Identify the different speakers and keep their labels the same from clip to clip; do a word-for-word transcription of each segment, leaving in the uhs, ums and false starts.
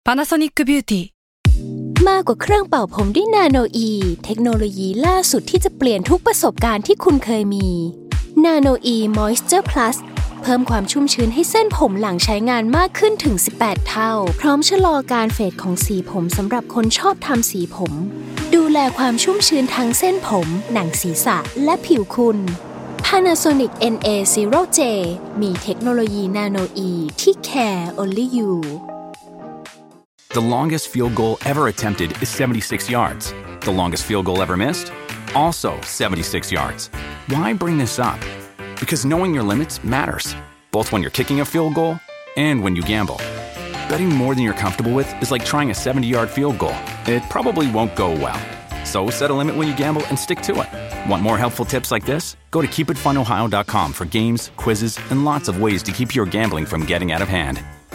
Speaker 1: Panasonic Beauty
Speaker 2: มากกว่าเครื่องเป่าผมด้วยนาโนอีเทคโนโลยีล่าสุดที่จะเปลี่ยนทุกประสบการณ์ที่คุณเคยมีนาโนอีมอยส์เจอร์พลัสเพิ่มความชุ่มชื้นให้เส้นผมหลังใช้งานมากขึ้นถึงสิบแปดเท่าพร้อมชะลอการเฟดของสีผมสำหรับคนชอบทำสีผมดูแลความชุ่มชื้นทั้งเส้นผมหนังศีรษะและผิวคุณ Panasonic เอ็น เอ ศูนย์ เจ มีเทคโนโลยีนาโนอีที่ care only you
Speaker 3: The longest field goal ever attempted is seventy-six yards. The longest field goal ever missed? Also seventy-six yards. Why bring this up? Because knowing your limits matters, both when you're kicking a field goal and when you gamble. Betting more than you're comfortable with is like trying a seventy-yard field goal. It probably won't go well. So set a limit when you gamble and stick to it. Want more helpful tips like this? Go to keep it fun ohio dot com for games, quizzes, and lots of ways to keep your gambling from getting out of hand.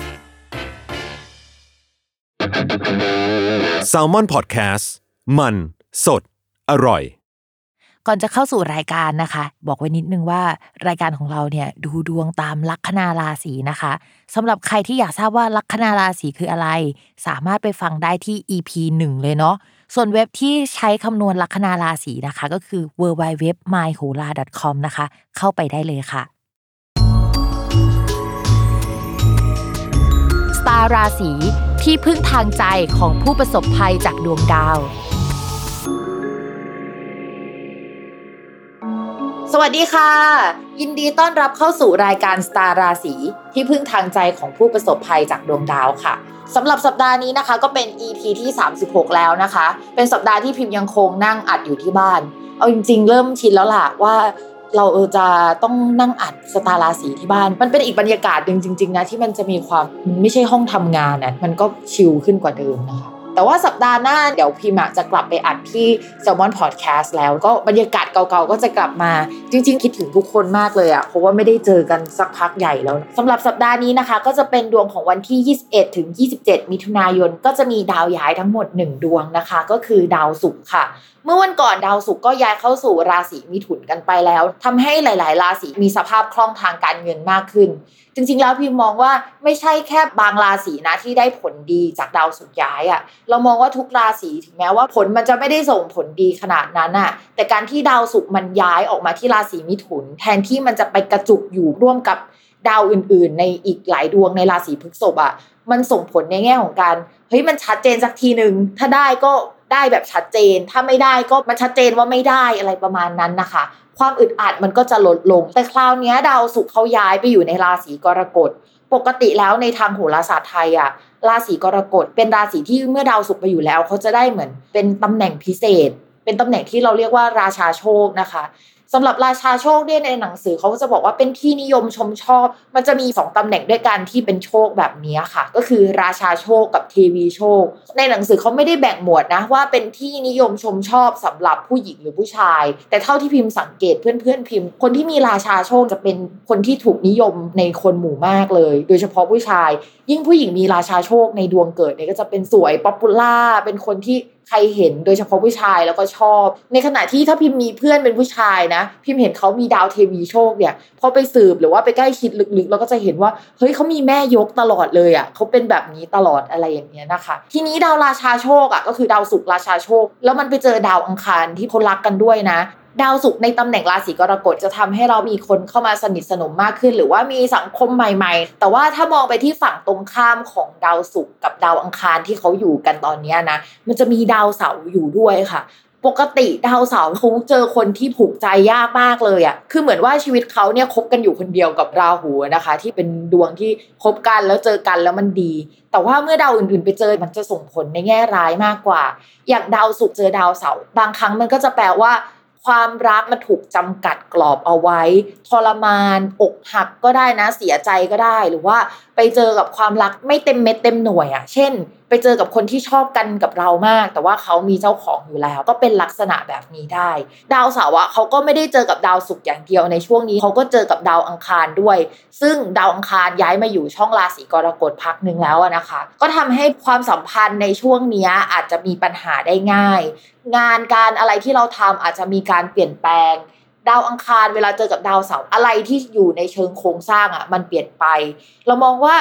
Speaker 4: Salmon Podcast มันสดอร่อย
Speaker 5: ก่อนจะเข้าสู่รายการนะคะบอกไว้นิดนึงว่ารายการของเราเนี่ยดูดวงตามลัคนาราศีนะคะสำหรับใครที่อยากทราบว่าลัคนาราศีคืออะไรสามารถไปฟังได้ที่ อี พี หนึ่งเลยเนาะส่วนเว็บที่ใช้คำนวณลัคนาราศีนะคะก็คือ ดับเบิลยู ดับเบิลยู ดับเบิลยู ดอท มายโหรา ดอท คอม นะคะเข้าไปได้เลยค่ะสตาร์ราศีที่พึ่งทางใจของผู้ประสบภัยจากดวงดาวสวัสดีค่ะยินดีต้อนรับเข้าสู่รายการสตาร์ราศีที่พึ่งทางใจของผู้ประสบภัยจากดวงดาวค่ะสำหรับสัปดาห์นี้นะคะก็เป็น อี พี ที่สามสิบหกแล้วนะคะเป็นสัปดาห์ที่พิมพ์ยังคงนั่งอัดอยู่ที่บ้านเอาจริงๆเริ่มชินแล้วล่ะว่าเราเออจะต้องนั่งอัดสตาร์ราศีที่บ้านมันเป็นอีกบรรยากาศนึงจริงๆนะที่มันจะมีความไม่ใช่ห้องทำงานน่ะมันก็ชิลขึ้นกว่าเดิมนะคะแต่ว่าสัปดาห์หน้าเดี๋ยวพิมจะกลับไปอัดที่ Salmon Podcast แล้วก็บรรยากาศเก่าๆก็จะกลับมาจริงๆคิดถึงทุกคนมากเลยอ่ะเพราะว่าไม่ได้เจอกันสักพักใหญ่แล้วสำหรับสัปดาห์นี้นะคะก็จะเป็นดวงของวันที่ยี่สิบเอ็ดถึงยี่สิบเจ็ดมิถุนายนก็จะมีดาวย้ายทั้งหมดหนึ่งดวงนะคะก็คือดาวศุกร์ค่ะเมื่อวันก่อนดาวศุกร์ก็ย้ายเข้าสู่ราศีมิถุนกันไปแล้วทำให้หลายๆราศีมีสภาพคล่องทางการเงินมากขึ้นจริงๆแล้วพิมมองว่าไม่ใช่แค่บางราศีนะที่ได้ผลดีจากดาวศุกร์ย้ายอ่ะเรามองว่าทุกราศีถึงแม้ว่าผลมันจะไม่ได้ส่งผลดีขนาดนั้นอ่ะแต่การที่ดาวศุกร์มันย้ายออกมาที่ราศีมิถุนแทนที่มันจะไปกระจุกอยู่ร่วมกับดาวอื่นๆในอีกหลายดวงในราศีพฤษภอ่ะมันส่งผลในแง่ของการเฮ้ยมันชัดเจนสักทีนึงถ้าได้ก็ได้แบบชัดเจนถ้าไม่ได้ก็มันชัดเจนว่าไม่ได้อะไรประมาณนั้นนะคะความอึดอัดมันก็จะลดลงแต่คราวนี้ดาวศุกร์เขาย้ายไปอยู่ในราศีกรกฎปกติแล้วในทางโหราศาสตร์ไทยอ่ะราศีกรกฎเป็นราศีที่เมื่อดาวศุกร์ไปอยู่แล้วเขาจะได้เหมือนเป็นตำแหน่งพิเศษเป็นตำแหน่งที่เราเรียกว่าราชาโชคนะคะสำหรับราชาโชคเนี่ยในหนังสือเขาจะบอกว่าเป็นที่นิยมชมชอบมันจะมีสองตำแหน่งด้วยกันที่เป็นโชคแบบนี้ค่ะก็คือราชาโชคกับเทวีโชคในหนังสือเขาไม่ได้แบ่งหมวดนะว่าเป็นที่นิยมชมชอบสำหรับผู้หญิงหรือผู้ชายแต่เท่าที่พิมพ์สังเกตเพื่อนๆพิมพ์คนที่มีราชาโชคจะเป็นคนที่ถูกนิยมในคนหมู่มากเลยโดยเฉพาะผู้ชายยิ่งผู้หญิงมีราชาโชคในดวงเกิดเนี่ยก็จะเป็นสวยป๊อปปูล่าเป็นคนที่ใครเห็นโดยเฉพาะผู้ชายแล้วก็ชอบในขณะที่ถ้าพิมพ์มีเพื่อนเป็นผู้ชายนะพิมพ์เห็นเขามีดาวเทวีโชคเนี่ยพอไปสืบหรือว่าไปใกล้ชิดลึกๆแล้วก็จะเห็นว่าเฮ้ยเขามีแม่ยกตลอดเลยอ่ะเขาเป็นแบบนี้ตลอดอะไรอย่างเงี้ยนะคะทีนี้ดาวราชาโชคอ่ะก็คือดาวศุกร์ราชาโชคแล้วมันไปเจอดาวอังคารที่เขารักกันด้วยนะดาวศุกร์ในตำแหน่งราศีกรกฎจะทำให้เรามีคนเข้ามาสนิทสนมมากขึ้นหรือว่ามีสังคมใหม่ๆแต่ว่าถ้ามองไปที่ฝั่งตรงข้ามของดาวศุกร์กับดาวอังคารที่เขาอยู่กันตอนนี้นะมันจะมีดาวเสาร์อยู่ด้วยค่ะปกติดาวเสาร์เขาเจอคนที่ผูกใจยากมากเลยอ่ะคือเหมือนว่าชีวิตเขาเนี่ยคบกันอยู่คนเดียวกับราหูนะคะที่เป็นดวงที่คบกันแล้วเจอกันแล้วมันดีแต่ว่าเมื่อดาวอื่นๆไปเจอมันจะส่งผลในแง่ร้ายมากกว่าอย่างดาวศุกร์เจอดาวเสาร์บางครั้งมันก็จะแปลว่าความรักมันถูกจำกัดกรอบเอาไว้ทรมานอกหักก็ได้นะเสียใจก็ได้หรือว่าไปเจอกับความรักไม่เต็มเม็ดเต็มหน่วยอ่ะเช่นไปเจอกับคนที่ชอบกันกับเรามากแต่ว่าเขามีเจ้าของอยู่แล้วก็เป็นลักษณะแบบนี้ได้ดาวเสาร์เขาก็ไม่ได้เจอกับดาวศุกร์อย่างเดียวในช่วงนี้เขาก็เจอกับดาวอังคารด้วยซึ่งดาวอังคารย้ายมาอยู่ช่องราศีกรกฎพักนึงแล้วนะคะก็ทำให้ความสัมพันธ์ในช่วงนี้อาจจะมีปัญหาได้ง่ายงานการอะไรที่เราทำอาจจะมีการเปลี่ยนแปลงดาวอังคารเวลาเจอกับดาวเสาร์อะไรที่อยู่ในเชิงโครงสร้างอ่ะมันเปลี่ยนไปเรามองว่า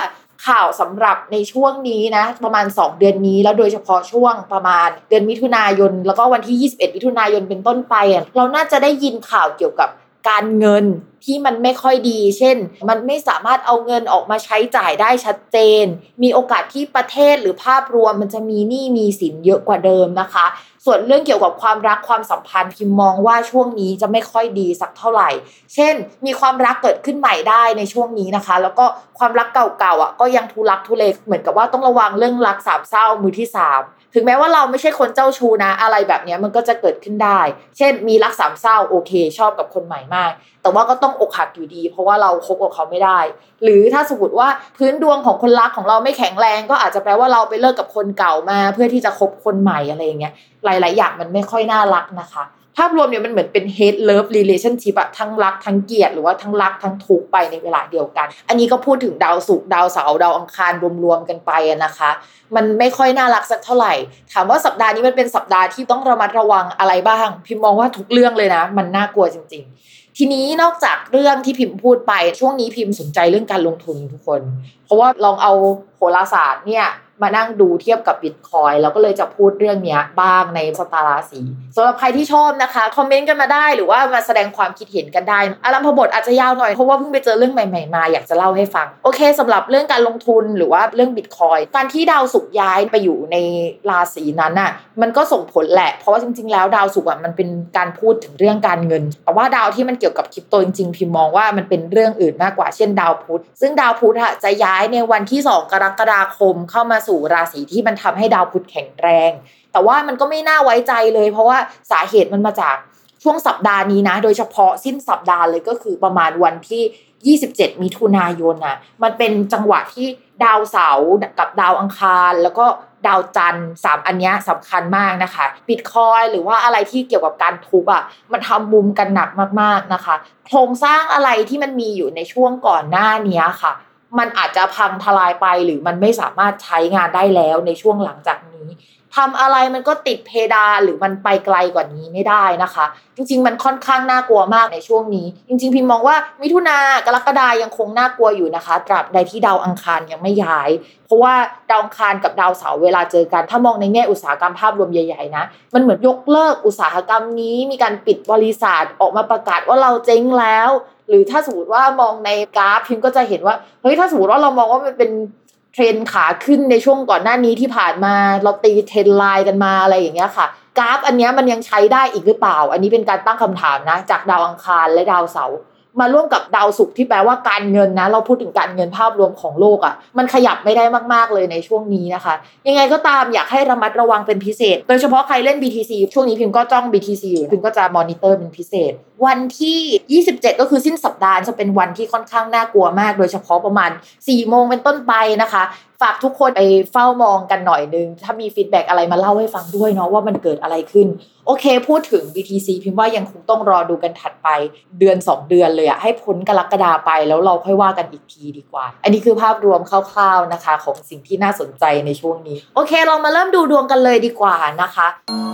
Speaker 5: ข่าวสำหรับในช่วงนี้นะประมาณสองเดือนนี้แล้วโดยเฉพาะช่วงประมาณเดือนมิถุนายนแล้วก็วันที่ยี่สิบเอ็ดมิถุนายนเป็นต้นไปอ่ะเราน่าจะได้ยินข่าวเกี่ยวกับการเงินที่มันไม่ค่อยดีเช่นมันไม่สามารถเอาเงินออกมาใช้จ่ายได้ชัดเจนมีโอกาสที่ประเทศหรือภาพรวมมันจะมีหนี้มีสินเยอะกว่าเดิมนะคะส่วนเรื่องเกี่ยวกับความรักความสัมพันธ์พิมมองว่าช่วงนี้จะไม่ค่อยดีสักเท่าไหร่เช่นมีความรักเกิดขึ้นใหม่ได้ในช่วงนี้นะคะแล้วก็ความรักเก่าๆอ่ะก็ยังทุลักทุเลเหมือนกับว่าต้องระวังเรื่องรักสามเศร้ามือที่สามถึงแม้ว่าเราไม่ใช่คนเจ้าชู้นะอะไรแบบนี้มันก็จะเกิดขึ้นได้เช่นมีรักสามเศร้าโอเคชอบกับคนใหม่มากแต่ว่าก็ต้องอกหักอยู่ดีเพราะว่าเราคบกับเขาไม่ได้หรือถ้าสมมติว่าพื้นดวงของคนรักของเราไม่แข็งแรงก็อาจจะแปลว่าเราไปเลิกกับคนเก่ามาเพื่อที่จะคบคนใหม่อะไรอย่างเงี้ยหลายๆอย่างมันไม่ค่อยน่ารักนะคะภาพรวมเนี่ยมันเหมือนเป็น hate love relationship อะทั้งรักทั้งเกลียดหรือว่าทั้งรักทั้งทุกข์ไปในเวลาเดียวกันอันนี้ก็พูดถึงดาวศุกร์ดาวเสาร์ดาวอังคารรวมๆกันไปนะคะมันไม่ค่อยน่ารักสักเท่าไหร่ถามว่าสัปดาห์นี้มันเป็นสัปดาห์ที่ต้องระมัดระวังอะไรบ้างพิมมองว่าทุกเรื่องเลยนะมันน่ากลัวจริงๆทีนี้นอกจากเรื่องที่พิมพูดไปช่วงนี้พิมสนใจเรื่องการลงทุนทุกคนเพราะว่าลองเอาโหราศาสตร์เนี่ยมานั่งดูเทียบกับ Bitcoin แล้วก็เลยจะพูดเรื่องนี้บ้างในสตาร์ราศีสำหรับใครที่ชอบนะคะคอมเมนต์กันมาได้หรือว่ามาแสดงความคิดเห็นกันได้อารัมพบทอาจจะยาวหน่อยเพราะว่าเพิ่งไปเจอเรื่องใหม่ๆมาอยากจะเล่าให้ฟังโอเคสำหรับเรื่องการลงทุนหรือว่าเรื่อง Bitcoin การที่ดาวศุกร์ย้ายไปอยู่ในราศีนั้นน่ะมันก็ส่งผลแหละเพราะว่าจริงๆแล้วดาวศุกร์อ่ะมันเป็นการพูดถึงเรื่องการเงินแต่ว่าดาวที่มันเกี่ยวกับคริปโตจริงๆพิมมองว่ามันเป็นเรื่องอื่นมากกว่าเช่นดาวพุธซึ่งดาวพุธอ่ะจะย้ายในวันที่สองกรกฎาคมเข้ามาสู่ราศีที่มันทำให้ดาวพุธแข็งแรงแต่ว่ามันก็ไม่น่าไว้ใจเลยเพราะว่าสาเหตุมันมาจากช่วงสัปดาห์นี้นะโดยเฉพาะสิ้นสัปดาห์เลยก็คือประมาณวันที่ยี่สิบเจ็ดมิถุนายนน่ะมันเป็นจังหวะที่ดาวเสาร์กับดาวอังคารแล้วก็ดาวจันทร์สามอันนี้สำคัญมากนะคะ Bitcoin หรือว่าอะไรที่เกี่ยวกับการทุบอ่ะมันทำมุมกันหนักมากๆนะคะโครงสร้างอะไรที่มันมีอยู่ในช่วงก่อนหน้านี้ค่ะมันอาจจะพังทลายไปหรือมันไม่สามารถใช้งานได้แล้วในช่วงหลังจากนี้ทำอะไรมันก็ติดเพดานหรือมันไปไกลกว่านี้ไม่ได้นะคะจริงๆมันค่อนข้างน่ากลัวมากในช่วงนี้จริงๆพิมมองว่ามิถุนากรกฎายังคงน่ากลัวอยู่นะคะตราบใดที่ดาวอังคารยังไม่ย้ายเพราะว่าดาวอังคารกับดาวเสาร์เวลาเจอกันถ้ามองในแง่อุตสาหกรรมภาพรวมใหญ่ๆนะมันเหมือนยกเลิกอุตสาหกรรมนี้มีการปิดบริษัทออกมาประกาศว่าเราเจ๊งแล้วหรือถ้าสมมติว่ามองในกราฟพิมก็จะเห็นว่าเฮ้ยถ้าสมมติว่าเรามองว่ามันเป็นเทรนขาขึ้นในช่วงก่อนหน้านี้ที่ผ่านมาเราตีเทรนไลน์กันมาอะไรอย่างเงี้ยค่ะกราฟอันนี้มันยังใช้ได้อีกหรือเปล่าอันนี้เป็นการตั้งคำถามนะจากดาวอังคารและดาวเสาร์มาร่วมกับดาวศุกร์ที่แปลว่าการเงินนะเราพูดถึงการเงินภาพรวมของโลกอ่ะมันขยับไม่ได้มากๆเลยในช่วงนี้นะคะยังไงก็ตามอยากให้ระมัดระวังเป็นพิเศษโดยเฉพาะใครเล่น บี ที ซี ช่วงนี้พิมก็จ้อง บี ที ซี อยู่พิมก็จะมอนิเตอร์เป็นพิเศษวันที่ยี่สิบเจ็ดก็คือสิ้นสัปดาห์จะเป็นวันที่ค่อนข้างน่ากลัวมากโดยเฉพาะประมาณสี่โมงเป็นต้นไปนะคะฝากทุกคนไปเฝ้ามองกันหน่อยนึงถ้ามีฟีดแบ็กอะไรมาเล่าให้ฟังด้วยเนาะว่ามันเกิดอะไรขึ้นโอเคพูดถึง บี ที ซี พิมพ์ว่ายังคงต้องรอดูกันถัดไปเดือนสองเดือนเลยอะให้พ้นกรกฎาไปแล้วเราค่อยว่ากันอีกทีดีกว่าอันนี้คือภาพรวมคร่าวๆนะคะของสิ่งที่น่าสนใจในช่วงนี้โอเคเรามาเริ่มดูดวงกันเลยดีกว่านะคะ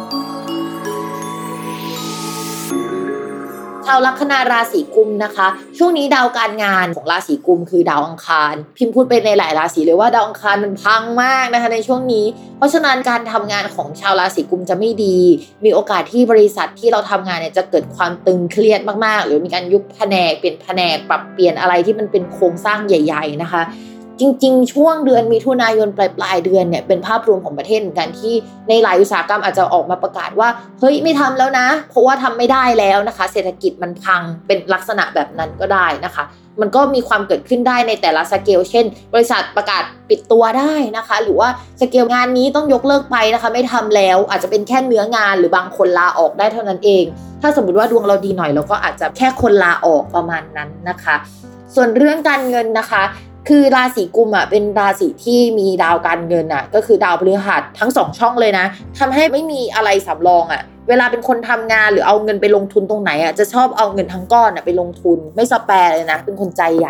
Speaker 5: ชาวลัคนาราศีกุมนะคะช่วงนี้ดาวการงานของราศีกุมคือดาวอังคารพิมพ์พูดไปในหลายราศีเลยว่าดาวอังคารมันพังมากนะคะในช่วงนี้เพราะฉะนั้นการทำงานของชาวราศีกุมจะไม่ดีมีโอกาสที่บริษัทที่เราทำงานเนี่ยจะเกิดความตึงเครียดมากๆหรือมีการยุบแผนกเปลี่ยนแผนกปรับเปลี่ยนอะไรที่มันเป็นโครงสร้างใหญ่ๆนะคะจริงๆช่วงเดือนมิถุนายนปลายๆเดือนเนี่ยเป็นภาพรวมของประเทศเหมือนกันที่ในหลายอุตสาหกรรมอาจจะออกมาประกาศว่าเฮ้ยไม่ทำแล้วนะเพราะว่าทำไม่ได้แล้วนะคะเศรษฐกิจมันพังเป็นลักษณะแบบนั้นก็ได้นะคะมันก็มีความเกิดขึ้นได้ในแต่ละสเกลเช่นบริษัทประกาศปิดตัวได้นะคะหรือว่าสเกลงานนี้ต้องยกเลิกไปนะคะไม่ทำแล้วอาจจะเป็นแค่เนื้องานหรือบางคนลาออกได้เท่านั้นเองถ้าสมมติว่าดวงเราดีหน่อยเราก็อาจจะแค่คนลาออกประมาณนั้นนะคะส่วนเรื่องการเงินนะคะคือราศีกุมอ่ะเป็นราศีที่มีดาวการเงินอ่ะก็คือดาวพฤหัสทั้งสองช่องเลยนะทำให้ไม่มีอะไรสำรองอ่ะเวลาเป็นคนทำงานหรือเอาเงินไปลงทุนตรงไหนอ่ะจะชอบเอาเงินทั้งก้อนอ่ะไปลงทุนไม่สแปร์เลยนะเป็นคนใจใหญ่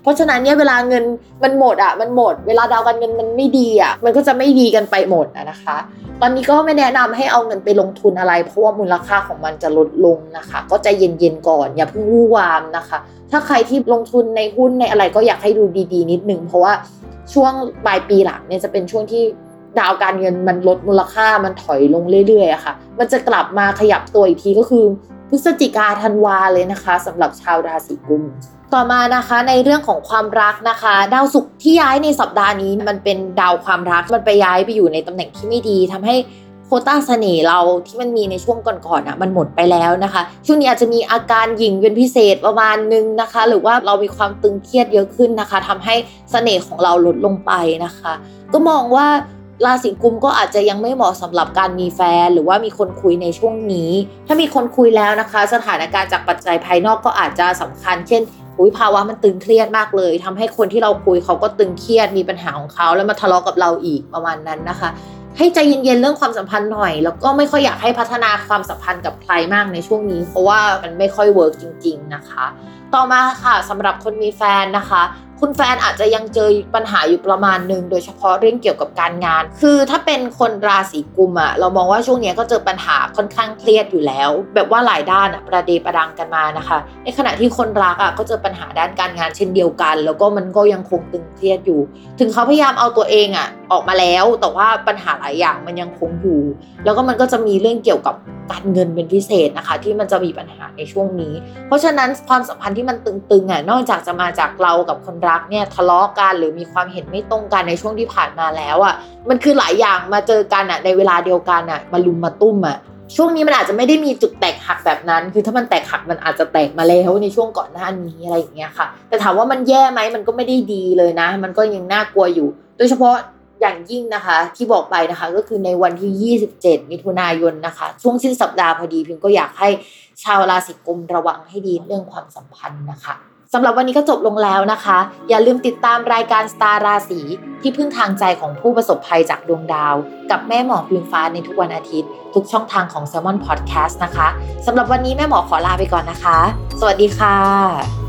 Speaker 5: เพราะฉะนั้นเนี่ยเวลาเงินมันหมดอ่ะมันหมดเวลาดาวการเงินมันไม่ดีอ่ะมันก็จะไม่ดีกันไปหมดนะคะตอนนี้ก็ไม่แนะนำให้เอาเงินไปลงทุนอะไรเพราะว่ามูลค่าของมันจะลดลงนะคะก็ใจเย็นๆก่อนอย่าเพิ่งวู่วามนะคะถ้าใครที่ลงทุนในหุ้นในอะไรก็อยากให้ดูดีๆนิดนึงเพราะว่าช่วงปลายปีหลังเนี่ยจะเป็นช่วงที่ดาวการเงินมันลดมูลค่ามันถอยลงเรื่อยๆอะค่ะมันจะกลับมาขยับตัวอีกทีก็คือพฤศจิกาธันวาเลยนะคะสำหรับชาวราศีกุมต่อมานะคะในเรื่องของความรักนะคะดาวศุกร์ที่ย้ายในสัปดาห์นี้มันเป็นดาวความรักมันไปย้ายไปอยู่ในตำแหน่งที่ไม่ดีทำให้โควต้าเสน่ห์เราที่มันมีในช่วงก่อนๆอ่ะมันหมดไปแล้วนะคะช่วงนี้อาจจะมีอาการหยิ่งเป็นพิเศษประมาณนึงนะคะหรือว่าเรามีความตึงเครียดเยอะขึ้นนะคะทำให้เสน่ห์ของเราลดลงไปนะคะก็มองว่าราศีกุมก็อาจจะยังไม่เหมาะสำหรับการมีแฟนหรือว่ามีคนคุยในช่วงนี้ถ้ามีคนคุยแล้วนะคะสถานการณ์จากปัจจัยภายนอกก็อาจจะสำคัญเช่นอุ๊ยภาวะมันตึงเครียดมากเลยทำให้คนที่เราคุยเขาก็ตึงเครียดมีปัญหาของเขาแล้วมาทะเลาะกับเราอีกประมาณนั้นนะคะให้ใจเย็นๆเรื่องความสัมพันธ์หน่อยแล้วก็ไม่ค่อยอยากให้พัฒนาความสัมพันธ์กับใครมากในช่วงนี้เพราะว่ามันไม่ค่อยเวิร์กจริงๆนะคะต่อมาค่ะสำหรับคนมีแฟนนะคะคุณแฟนอาจจะยังเจอปัญหาอยู่ประมาณนึงโดยเฉพาะเรื่องเกี่ยวกับการงานคือถ้าเป็นคนราศีกุมอะเรามองว่าช่วงนี้ก็เจอปัญหาค่อนข้างเครียดอยู่แล้วแบบว่าหลายด้านอะประเดประดังกันมานะคะในขณะที่คนรักอะก็เจอปัญหาด้านการงานเช่นเดียวกันแล้วก็มันก็ยังคงตึงเครียดอยู่ถึงเขาพยายามเอาตัวเองอะออกมาแล้วแต่ว่าปัญหาหลายอย่างมันยังคงอยู่แล้วก็มันก็จะมีเรื่องเกี่ยวกับการเงินเป็นพิเศษนะคะที่มันจะมีปัญหาในช่วงนี้เพราะฉะนั้นความสัมพันธ์ที่มันตึงๆอ่ะนอกจากจะมาจากเรากับคนรักเนี่ยทะเลาะกันหรือมีความเห็นไม่ตรงกันในช่วงที่ผ่านมาแล้วอ่ะมันคือหลายอย่างมาเจอกันอ่ะในเวลาเดียวกันอ่ะมาลุมมาตุ้มอ่ะช่วงนี้มันอาจจะไม่ได้มีจุดแตกหักแบบนั้นคือถ้ามันแตกหักมันอาจจะแตกมาแล้วในช่วงก่อนหน้านี้อะไรอย่างเงี้ยค่ะแต่ถามว่ามันแย่ไหมมันก็ไม่ได้ดีเลยนะมันก็ยังน่ากลัวอยู่โดยเฉพาะอย่างยิ่งนะคะที่บอกไปนะคะก็คือในวันที่ยี่สิบเจ็ดมิถุนายนนะคะช่วงสิ้นสัปดาห์พอดีพิมก็อยากให้ชาวราศีกุมระวังให้ดีเรื่องความสัมพันธ์นะคะสำหรับวันนี้ก็จบลงแล้วนะคะอย่าลืมติดตามรายการสตาร์ราศีที่พึ่งทางใจของผู้ประสบภัยจากดวงดาวกับแม่หมอพิมฟ้าในทุกวันอาทิตย์ทุกช่องทางของ Salmon Podcast นะคะสำหรับวันนี้แม่หมอขอลาไปก่อนนะคะสวัสดีค่ะ